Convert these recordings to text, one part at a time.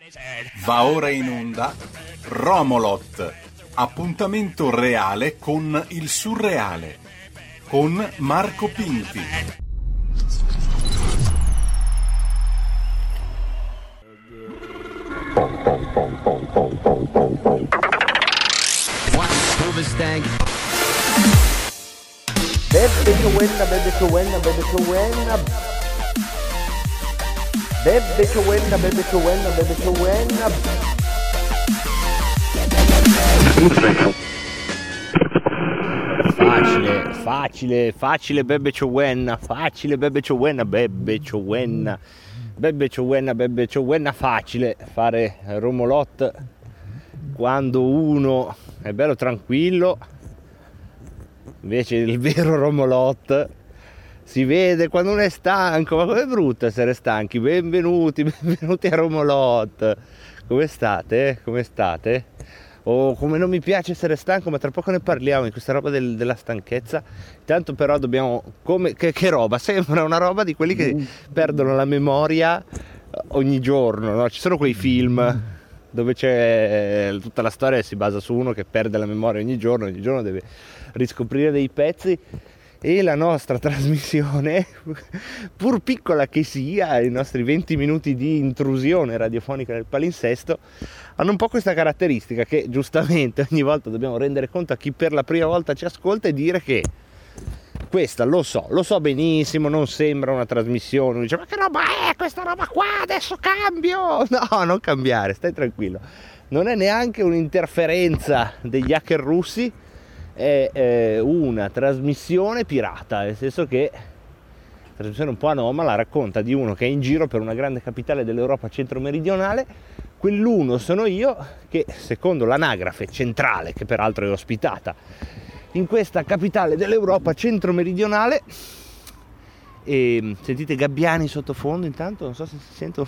Va ora in onda Romolot, appuntamento reale con il surreale, con Marco Pinti. Bebe Chowena, Bebe Chowena, Bebe Chowena. Bebe Chowena, Bebe Chowena, Bebe Chowena. Facile Bebe Chowena, facile Bebe Chowena, Bebe Chowena. Bebe Chowena, Bebe Chowena, facile fare Romolot quando uno è bello tranquillo. Invece il vero Romolot si vede quando uno è stanco. Ma com'è brutto essere stanchi. Benvenuti a Romolot. Come state? O come non mi piace essere stanco, ma tra poco ne parliamo di questa roba della stanchezza. Intanto però dobbiamo, che roba? Sembra una roba di quelli che perdono la memoria ogni giorno, no? Ci sono quei film dove c'è tutta la storia si basa su uno che perde la memoria ogni giorno deve riscoprire dei pezzi. E la nostra trasmissione, pur piccola che sia, i nostri 20 minuti di intrusione radiofonica nel palinsesto, hanno un po' questa caratteristica che giustamente ogni volta dobbiamo rendere conto a chi per la prima volta ci ascolta e dire che questa, lo so benissimo, non sembra una trasmissione, dice ma che roba è questa roba qua, adesso cambio! No, non cambiare, stai tranquillo, non è neanche un'interferenza degli hacker russi, è una trasmissione pirata, nel senso che una trasmissione un po' anomala, racconta di uno che è in giro per una grande capitale dell'Europa centro-meridionale. Quell'uno sono io che, secondo l'anagrafe centrale, che peraltro è ospitata in questa capitale dell'Europa centro-meridionale, e sentite gabbiani sottofondo intanto, non so se si sentono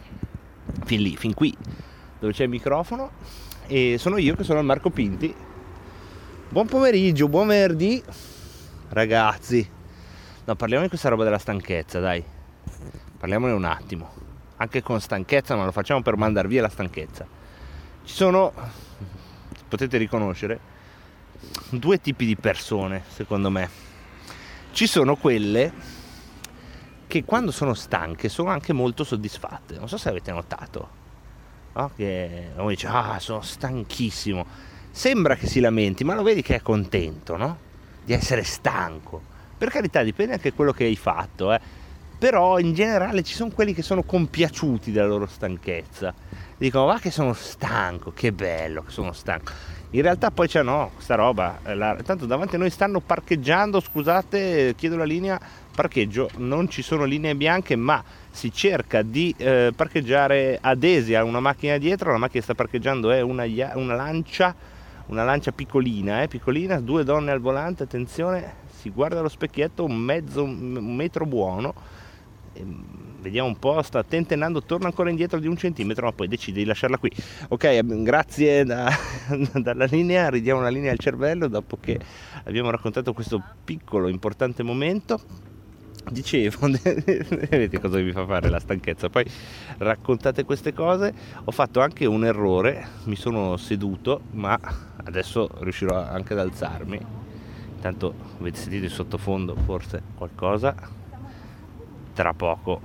fin qui dove c'è il microfono, e sono io che sono il Marco Pinti. Buon pomeriggio, buon venerdì ragazzi. No, parliamo di questa roba della stanchezza, dai, parliamone un attimo, anche con stanchezza, ma lo facciamo per mandar via la stanchezza. Ci sono, potete riconoscere, due tipi di persone secondo me. Ci sono quelle che quando sono stanche sono anche molto soddisfatte, non so se avete notato, no? Che uno dice sono stanchissimo, sembra che si lamenti, ma lo vedi che è contento, no? Di essere stanco. Per carità, dipende anche da quello che hai fatto, però in generale ci sono quelli che sono compiaciuti della loro stanchezza, dicono va che sono stanco, che bello che sono stanco. In realtà poi c'è questa roba, tanto davanti a noi stanno parcheggiando, scusate, chiedo la linea parcheggio, non ci sono linee bianche, ma si cerca di parcheggiare adesi a una macchina dietro. La macchina che sta parcheggiando è una lancia piccolina, due donne al volante, attenzione, si guarda allo specchietto, un metro buono, vediamo un po', sta tentennando, torna ancora indietro di 1 centimetro, ma poi decide di lasciarla qui. Ok, grazie dalla linea, ridiamo la linea al cervello dopo che abbiamo raccontato questo piccolo importante momento. Dicevo, vedete cosa vi fa fare la stanchezza, poi raccontate queste cose. Ho fatto anche un errore, mi sono seduto, ma adesso riuscirò anche ad alzarmi. Intanto avete sentito in sottofondo forse qualcosa, tra poco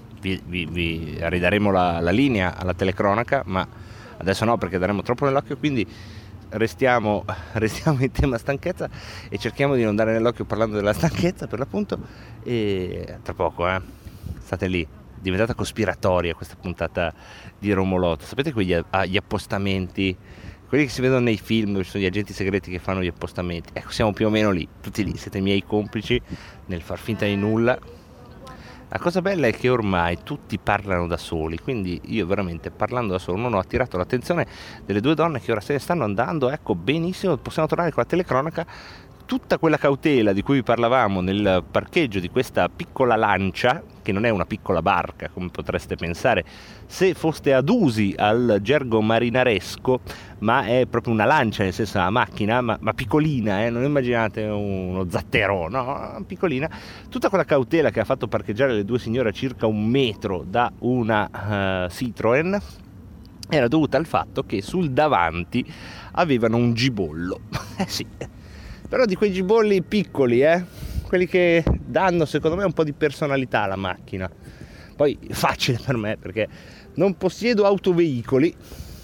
vi ridaremo la linea alla telecronaca, ma adesso no, perché daremo troppo nell'occhio, quindi restiamo in tema stanchezza e cerchiamo di non dare nell'occhio parlando della stanchezza per l'appunto, e tra poco state lì, è diventata cospiratoria questa puntata di Romolot. Sapete gli appostamenti, quelli che si vedono nei film dove ci sono gli agenti segreti che fanno gli appostamenti? Ecco, siamo più o meno lì, tutti lì, siete miei complici nel far finta di nulla. La cosa bella è che ormai tutti parlano da soli, quindi io veramente parlando da solo non ho attirato l'attenzione delle due donne che ora se ne stanno andando. Ecco, benissimo, possiamo tornare con la telecronaca. Tutta quella cautela di cui vi parlavamo nel parcheggio di questa piccola lancia, che non è una piccola barca come potreste pensare se foste adusi al gergo marinaresco, ma è proprio una lancia, nel senso una macchina, ma piccolina, non immaginate uno zattero, no, piccolina. Tutta quella cautela che ha fatto parcheggiare le due signore a circa 1 metro da una Citroen era dovuta al fatto che sul davanti avevano un gibollo. Sì, però di quei gibolli piccoli, quelli che danno secondo me un po' di personalità alla macchina. Poi facile per me perché non possiedo autoveicoli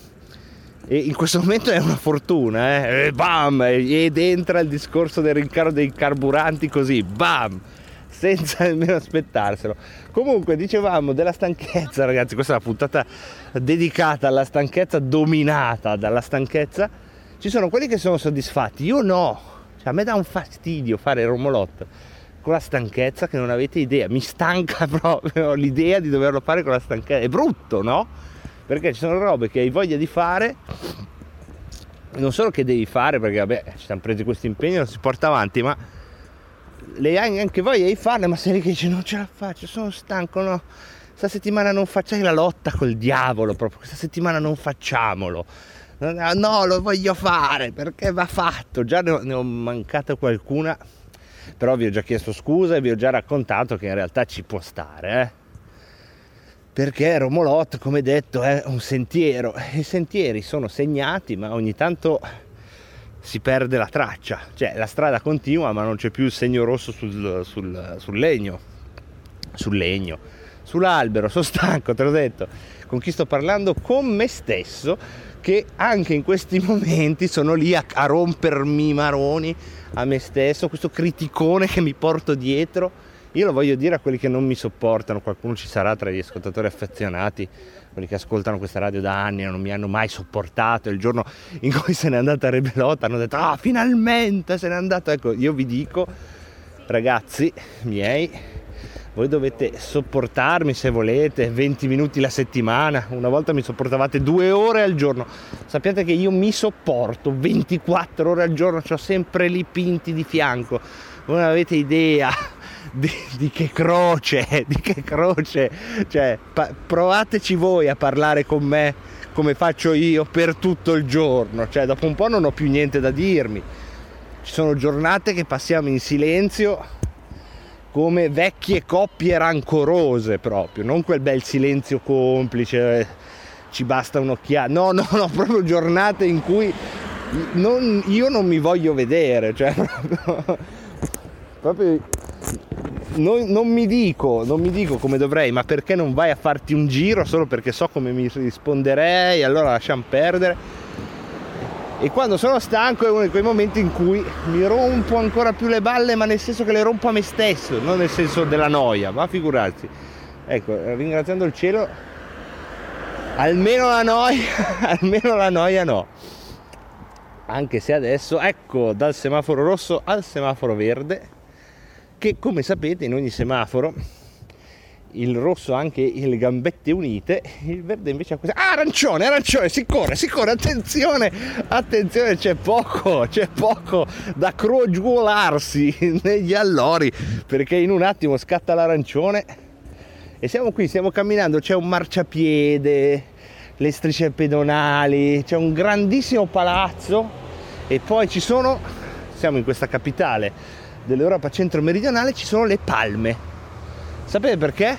e in questo momento è una fortuna, e bam, ed entra il discorso del rincaro dei carburanti così, bam, senza nemmeno aspettarselo. Comunque dicevamo della stanchezza, ragazzi, questa è una puntata dedicata alla stanchezza, dominata dalla stanchezza. Ci sono quelli che sono soddisfatti, io no, cioè, a me dà un fastidio fare Romolot con la stanchezza che non avete idea, mi stanca proprio l'idea di doverlo fare con la stanchezza, è brutto, no? Perché ci sono robe che hai voglia di fare, non solo che devi fare perché vabbè ci siamo presi questo impegno, non si porta avanti, ma le hai anche voglia di farle, ma sei lì che dici non ce la faccio, sono stanco, no, questa settimana non facciamo la lotta col diavolo, proprio questa settimana non facciamolo, no, lo voglio fare perché va fatto. Già ne ho mancata qualcuna, però vi ho già chiesto scusa e vi ho già raccontato che in realtà ci può stare, perché Romolot, come detto, è un sentiero, i sentieri sono segnati ma ogni tanto si perde la traccia, cioè la strada continua ma non c'è più il segno rosso sul legno, sull'albero. Sono stanco, te l'ho detto. Con chi sto parlando? Con me stesso, che anche in questi momenti sono lì a rompermi i maroni a me stesso, questo criticone che mi porto dietro. Io lo voglio dire a quelli che non mi sopportano, qualcuno ci sarà tra gli ascoltatori affezionati, quelli che ascoltano questa radio da anni e non mi hanno mai sopportato, il giorno in cui se n'è andata Rebelota hanno detto finalmente se n'è andato. Ecco, io vi dico, ragazzi miei, voi dovete sopportarmi se volete 20 minuti la settimana, una volta mi sopportavate 2 ore al giorno, sappiate che io mi sopporto 24 ore al giorno, c'ho sempre lì Pinti di fianco, voi non avete idea di che croce, cioè provateci voi a parlare con me come faccio io per tutto il giorno, cioè dopo un po' non ho più niente da dirmi, ci sono giornate che passiamo in silenzio come vecchie coppie rancorose, proprio non quel bel silenzio complice, ci basta un'occhiata, no, proprio giornate in cui io non mi voglio vedere, cioè proprio non mi dico come dovrei, ma perché non vai a farti un giro solo perché so come mi risponderei, allora lasciamo perdere. E quando sono stanco è uno di quei momenti in cui mi rompo ancora più le balle, ma nel senso che le rompo a me stesso, non nel senso della noia, ma figurarsi. Ecco, ringraziando il cielo, almeno la noia no. Anche se adesso, ecco, dal semaforo rosso al semaforo verde, che come sapete in ogni semaforo il rosso ha anche le gambette unite, il verde invece ha questa arancione, si corre, attenzione, c'è poco da crogiuolarsi negli allori, perché in un attimo scatta l'arancione e siamo qui, stiamo camminando, c'è un marciapiede, le strisce pedonali, c'è un grandissimo palazzo e poi siamo in questa capitale dell'Europa centro-meridionale, ci sono le palme. Sapete perché?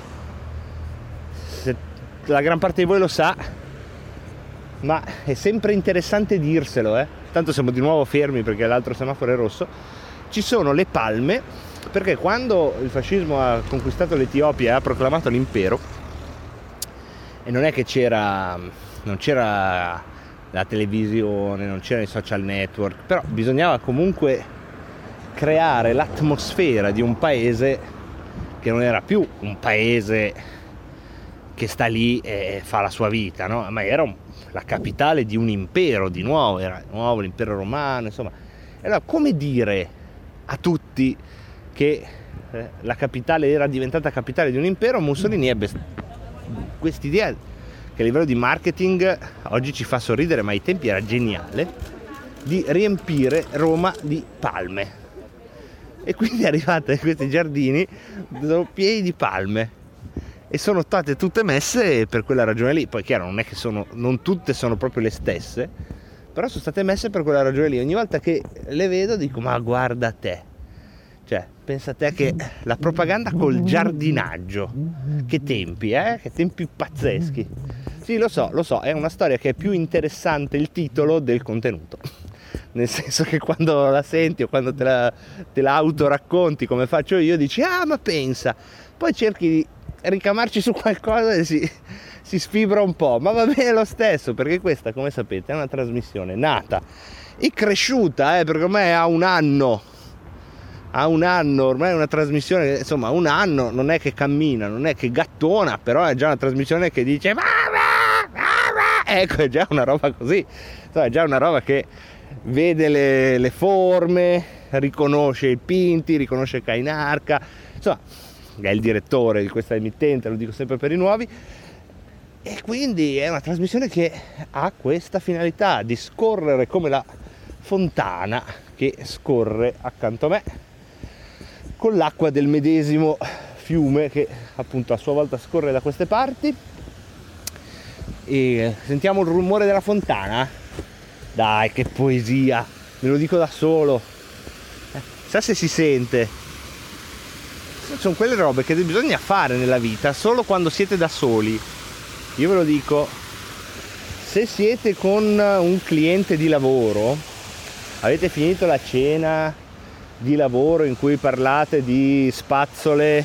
La gran parte di voi lo sa, ma è sempre interessante dirselo, Tanto siamo di nuovo fermi perché l'altro semaforo è rosso. Ci sono le palme perché quando il fascismo ha conquistato l'Etiopia e ha proclamato l'impero, e non è che non c'era la televisione, non c'erano i social network, però bisognava comunque creare l'atmosfera di un paese che non era più un paese che sta lì e fa la sua vita, no? Ma era la capitale di un impero, di nuovo, era nuovo l'impero romano, insomma. E allora come dire a tutti che la capitale era diventata capitale di un impero? Mussolini ebbe quest'idea che a livello di marketing oggi ci fa sorridere, ma ai tempi era geniale, di riempire Roma di palme. E quindi arrivate a questi giardini sono pieni di palme e sono state tutte messe per quella ragione lì. Poi chiaro, non è che non tutte sono proprio le stesse, però sono state messe per quella ragione lì. Ogni volta che le vedo dico ma guarda te, cioè pensa te che la propaganda col giardinaggio, che tempi pazzeschi. Sì, lo so, è una storia che è più interessante il titolo del contenuto. Nel senso che quando la senti o quando te la autoracconti come faccio io, dici ah ma pensa, poi cerchi di ricamarci su qualcosa e si sfibra un po', ma va bene lo stesso, perché questa, come sapete, è una trasmissione nata e cresciuta, perché ormai ha un anno, ormai è una trasmissione che, insomma, un anno non è che cammina, non è che gattona, però è già una trasmissione che dice ecco, è già una roba così, è già una roba che vede le forme, riconosce i Pinti, riconosce Cainarca, insomma è il direttore di questa emittente, lo dico sempre per i nuovi, e quindi è una trasmissione che ha questa finalità di scorrere come la fontana che scorre accanto a me con l'acqua del medesimo fiume che appunto a sua volta scorre da queste parti. E sentiamo il rumore della fontana? Dai, che poesia, me lo dico da solo, sa se si sente. Sono quelle robe che bisogna fare nella vita solo quando siete da soli. Io ve lo dico, se siete con un cliente di lavoro, avete finito la cena di lavoro in cui parlate di spazzole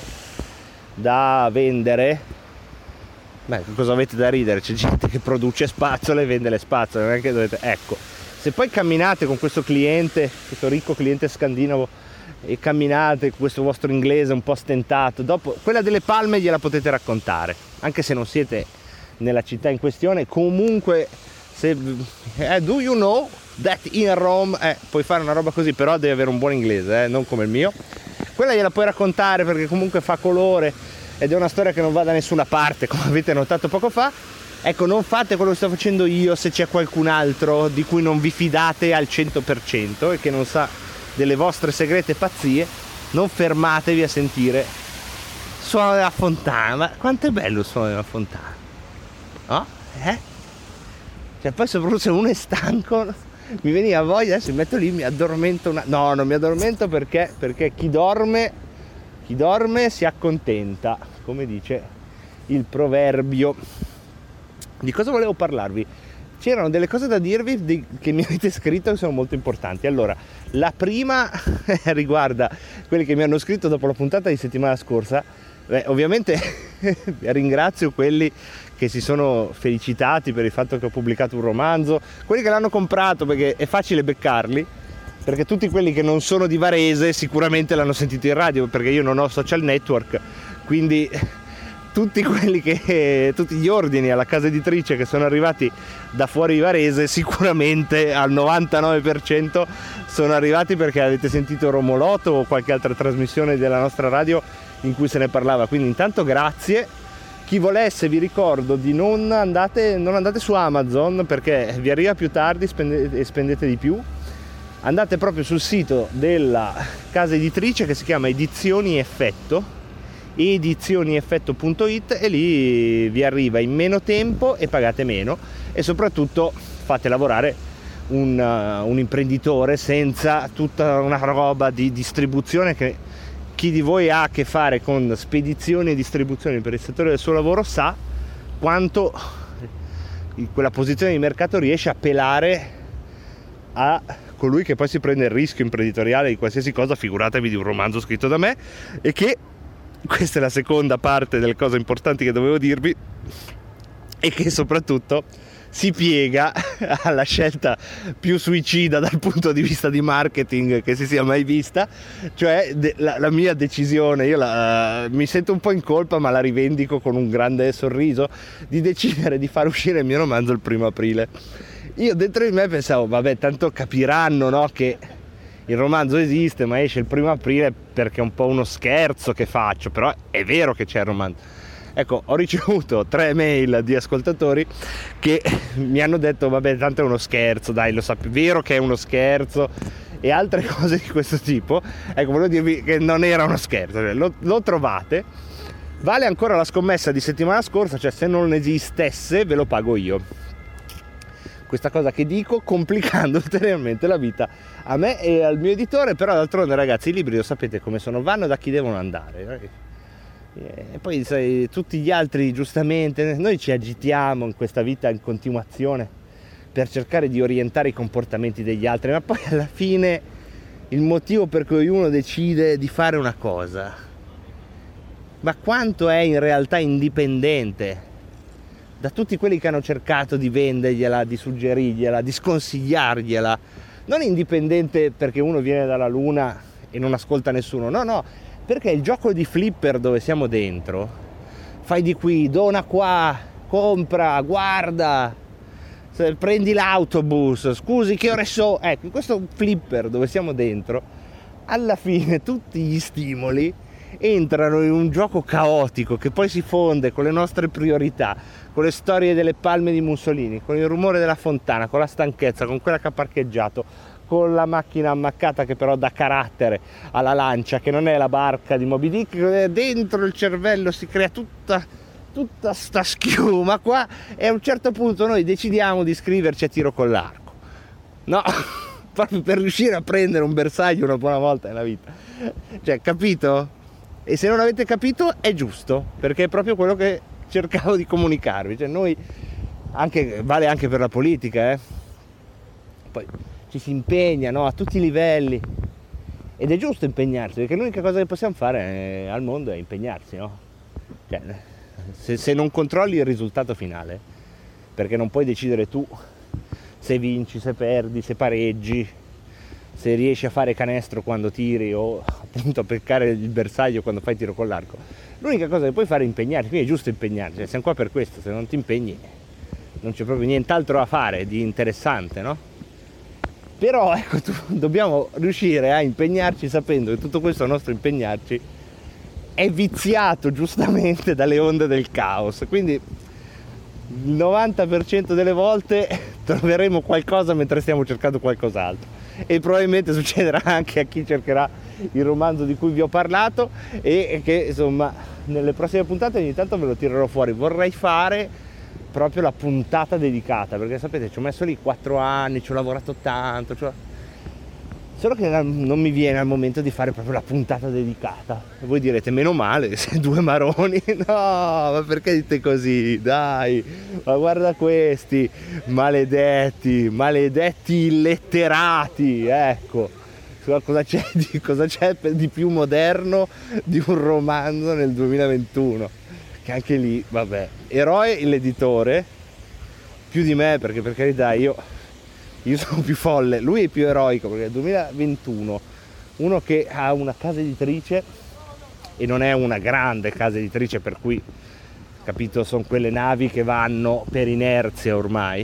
da vendere, beh, cosa avete da ridere? C'è gente che produce spazzole e vende le spazzole, non è che dovete... Ecco, se poi camminate con questo cliente, questo ricco cliente scandinavo, e camminate con questo vostro inglese un po' stentato, dopo quella delle palme gliela potete raccontare, anche se non siete nella città in questione. Comunque, se do you know that in Rome, puoi fare una roba così, però devi avere un buon inglese, non come il mio. Quella gliela puoi raccontare perché comunque fa colore ed è una storia che non va da nessuna parte, come avete notato poco fa. Ecco, non fate quello che sto facendo io se c'è qualcun altro di cui non vi fidate al 100% e che non sa delle vostre segrete pazzie. Non fermatevi a sentire suono della fontana. Ma quanto è bello il suono della fontana, no? Cioè, poi soprattutto se uno è stanco, mi veniva voglia, adesso mi metto lì, mi addormento no, non mi addormento perché chi dorme si accontenta, come dice il proverbio. Di cosa volevo parlarvi? C'erano delle cose da dirvi che mi avete scritto che sono molto importanti. Allora, la prima riguarda quelli che mi hanno scritto dopo la puntata di settimana scorsa. Beh, ovviamente ringrazio quelli che si sono felicitati per il fatto che ho pubblicato un romanzo, quelli che l'hanno comprato perché è facile beccarli, perché tutti quelli che non sono di Varese sicuramente l'hanno sentito in radio, perché io non ho social network, quindi tutti gli ordini alla casa editrice che sono arrivati da fuori di Varese sicuramente al 99% sono arrivati perché avete sentito Romolotto o qualche altra trasmissione della nostra radio in cui se ne parlava. Quindi intanto grazie. Chi volesse vi ricordo di non andate su Amazon perché vi arriva più tardi e spendete di più. Andate proprio sul sito della casa editrice che si chiama Edizioni Effetto, edizionieffetto.it, e lì vi arriva in meno tempo e pagate meno, e soprattutto fate lavorare un imprenditore senza tutta una roba di distribuzione che chi di voi ha a che fare con spedizioni e distribuzioni per il settore del suo lavoro sa quanto quella posizione di mercato riesce a pelare a colui che poi si prende il rischio imprenditoriale di qualsiasi cosa, figuratevi di un romanzo scritto da me. E che questa è la seconda parte delle cose importanti che dovevo dirvi, e che soprattutto si piega alla scelta più suicida dal punto di vista di marketing che si sia mai vista, cioè la mia decisione, io mi sento un po' in colpa ma la rivendico con un grande sorriso, di decidere di far uscire il mio romanzo il 1° aprile. Io dentro di me pensavo, vabbè, tanto capiranno, no, che il romanzo esiste ma esce il 1° aprile perché è un po' uno scherzo che faccio, però è vero che c'è il romanzo. Ecco, ho ricevuto 3 mail di ascoltatori che mi hanno detto vabbè, tanto è uno scherzo, dai, lo sappi, vero che è uno scherzo, e altre cose di questo tipo. Ecco, volevo dirvi che non era uno scherzo, lo trovate, vale ancora la scommessa di settimana scorsa, cioè se non esistesse ve lo pago io. Questa cosa che dico complicando ulteriormente la vita a me e al mio editore, però d'altronde ragazzi i libri lo sapete come sono, vanno da chi devono andare. E poi sai, tutti gli altri, giustamente, noi ci agitiamo in questa vita in continuazione per cercare di orientare i comportamenti degli altri, ma poi alla fine il motivo per cui uno decide di fare una cosa, ma quanto è in realtà indipendente da tutti quelli che hanno cercato di vendergliela, di suggerirgliela, di sconsigliargliela. Non indipendente perché uno viene dalla luna e non ascolta nessuno, no, perché il gioco di flipper dove siamo dentro, fai di qui, dona qua, compra, guarda, prendi l'autobus, scusi che ore so, ecco, in questo flipper dove siamo dentro, alla fine tutti gli stimoli entrano in un gioco caotico che poi si fonde con le nostre priorità, con le storie delle palme di Mussolini, con il rumore della fontana, con la stanchezza, con quella che ha parcheggiato, con la macchina ammaccata che però dà carattere alla lancia, che non è la barca di Moby Dick. Dentro il cervello si crea tutta sta schiuma qua, e a un certo punto noi decidiamo di iscriverci a tiro con l'arco, no? Proprio per riuscire a prendere un bersaglio una buona volta nella vita, cioè, capito? E se non avete capito è giusto, perché è proprio quello che cercavo di comunicarvi, cioè noi, vale anche per la politica, poi ci si impegna, no? A tutti i livelli, ed è giusto impegnarsi, perché l'unica cosa che possiamo fare al mondo è impegnarsi, no? Cioè, se non controlli il risultato finale, perché non puoi decidere tu se vinci, se perdi, se pareggi, se riesci a fare canestro quando tiri o appunto a peccare il bersaglio quando fai tiro con l'arco. L'unica cosa che puoi fare è impegnarti, quindi è giusto impegnarsi, siamo qua per questo, se non ti impegni non c'è proprio nient'altro da fare di interessante, no? Però ecco, dobbiamo riuscire a impegnarci sapendo che tutto questo nostro impegnarci è viziato giustamente dalle onde del caos, quindi il 90% delle volte troveremo qualcosa mentre stiamo cercando qualcos'altro, e probabilmente succederà anche a chi cercherà il romanzo di cui vi ho parlato, e che insomma nelle prossime puntate ogni tanto ve lo tirerò fuori. Vorrei fare proprio la puntata dedicata, perché sapete, ci ho messo lì 4 anni, ci ho lavorato tanto, solo che non mi viene al momento di fare proprio la puntata dedicata. E voi direte, meno male, sei due maroni. No, ma perché dite così? Dai, ma guarda questi maledetti illetterati, ecco. Cosa c'è di più moderno di un romanzo nel 2021? Che anche lì, vabbè, eroe l'editore, più di me, perché per carità io sono più folle, lui è più eroico, perché nel 2021 uno che ha una casa editrice, e non è una grande casa editrice per cui, capito, sono quelle navi che vanno per inerzia ormai,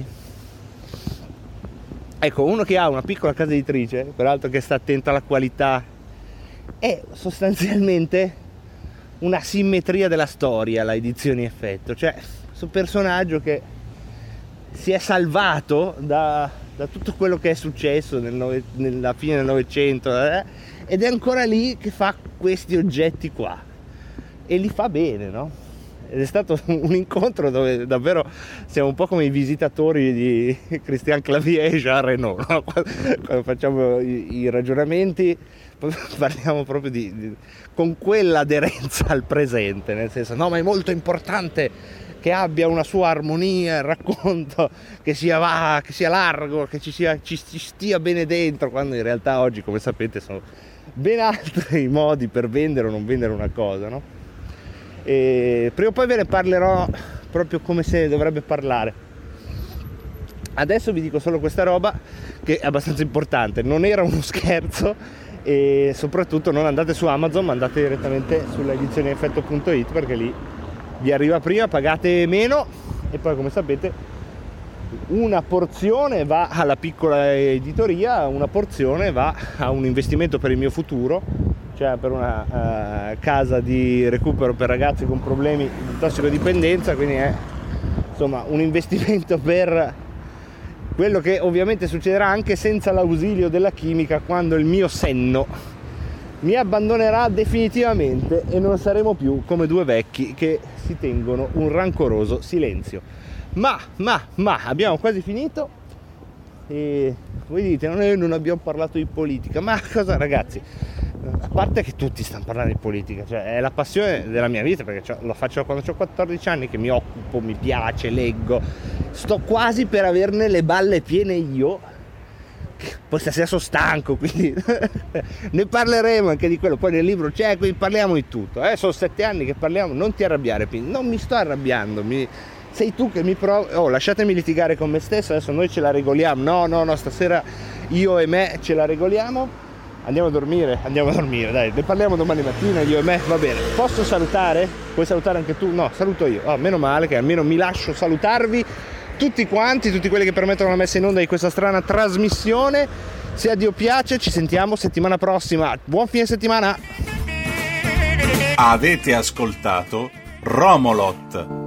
ecco, uno che ha una piccola casa editrice, peraltro che sta attento alla qualità, è sostanzialmente una simmetria della storia, la Edizioni Effetto, cioè questo personaggio che si è salvato da tutto quello che è successo nella fine del Novecento, ed è ancora lì che fa questi oggetti qua, e li fa bene, no? Ed è stato un incontro dove davvero siamo un po' come i visitatori di Christian Clavier e Jean Reno, no? Quando facciamo i ragionamenti parliamo proprio con quell'aderenza al presente, nel senso, no, ma è molto importante che abbia una sua armonia, il racconto, che sia largo, che ci stia bene dentro, quando in realtà oggi, come sapete, sono ben altri modi per vendere o non vendere una cosa, no? E prima o poi ve ne parlerò proprio come se ne dovrebbe parlare. Adesso vi dico solo questa roba che è abbastanza importante, non era uno scherzo, e soprattutto non andate su Amazon, ma andate direttamente sull'edizioneeffetto.it, perché lì vi arriva prima, pagate meno, e poi, come sapete, una porzione va alla piccola editoria, una porzione va a un investimento per il mio futuro, cioè per una casa di recupero per ragazzi con problemi di tossicodipendenza, quindi è insomma un investimento per quello che ovviamente succederà anche senza l'ausilio della chimica, quando il mio senno mi abbandonerà definitivamente e non saremo più come due vecchi che si tengono un rancoroso silenzio. Ma abbiamo quasi finito, e voi dite, noi non abbiamo parlato di politica, ma cosa, ragazzi, a parte che tutti stanno parlando di politica, cioè è la passione della mia vita, perché lo faccio da quando ho 14 anni che mi occupo, mi piace, leggo, sto quasi per averne le balle piene io. Poi stasera sono stanco, quindi ne parleremo anche di quello, poi nel libro c'è, quindi parliamo di tutto. Sono 7 anni che parliamo, non ti arrabbiare, non mi sto arrabbiando, sei tu che mi provi. Lasciatemi litigare con me stesso, adesso noi ce la regoliamo, no, stasera io e me ce la regoliamo, andiamo a dormire, dai, ne parliamo domani mattina io e me, va bene. Posso salutare? Puoi salutare anche tu? No, saluto io, meno male che almeno mi lascio salutarvi tutti quanti, tutti quelli che permettono la messa in onda di questa strana trasmissione. Se a Dio piace ci sentiamo settimana prossima, buon fine settimana. Avete ascoltato Romolot.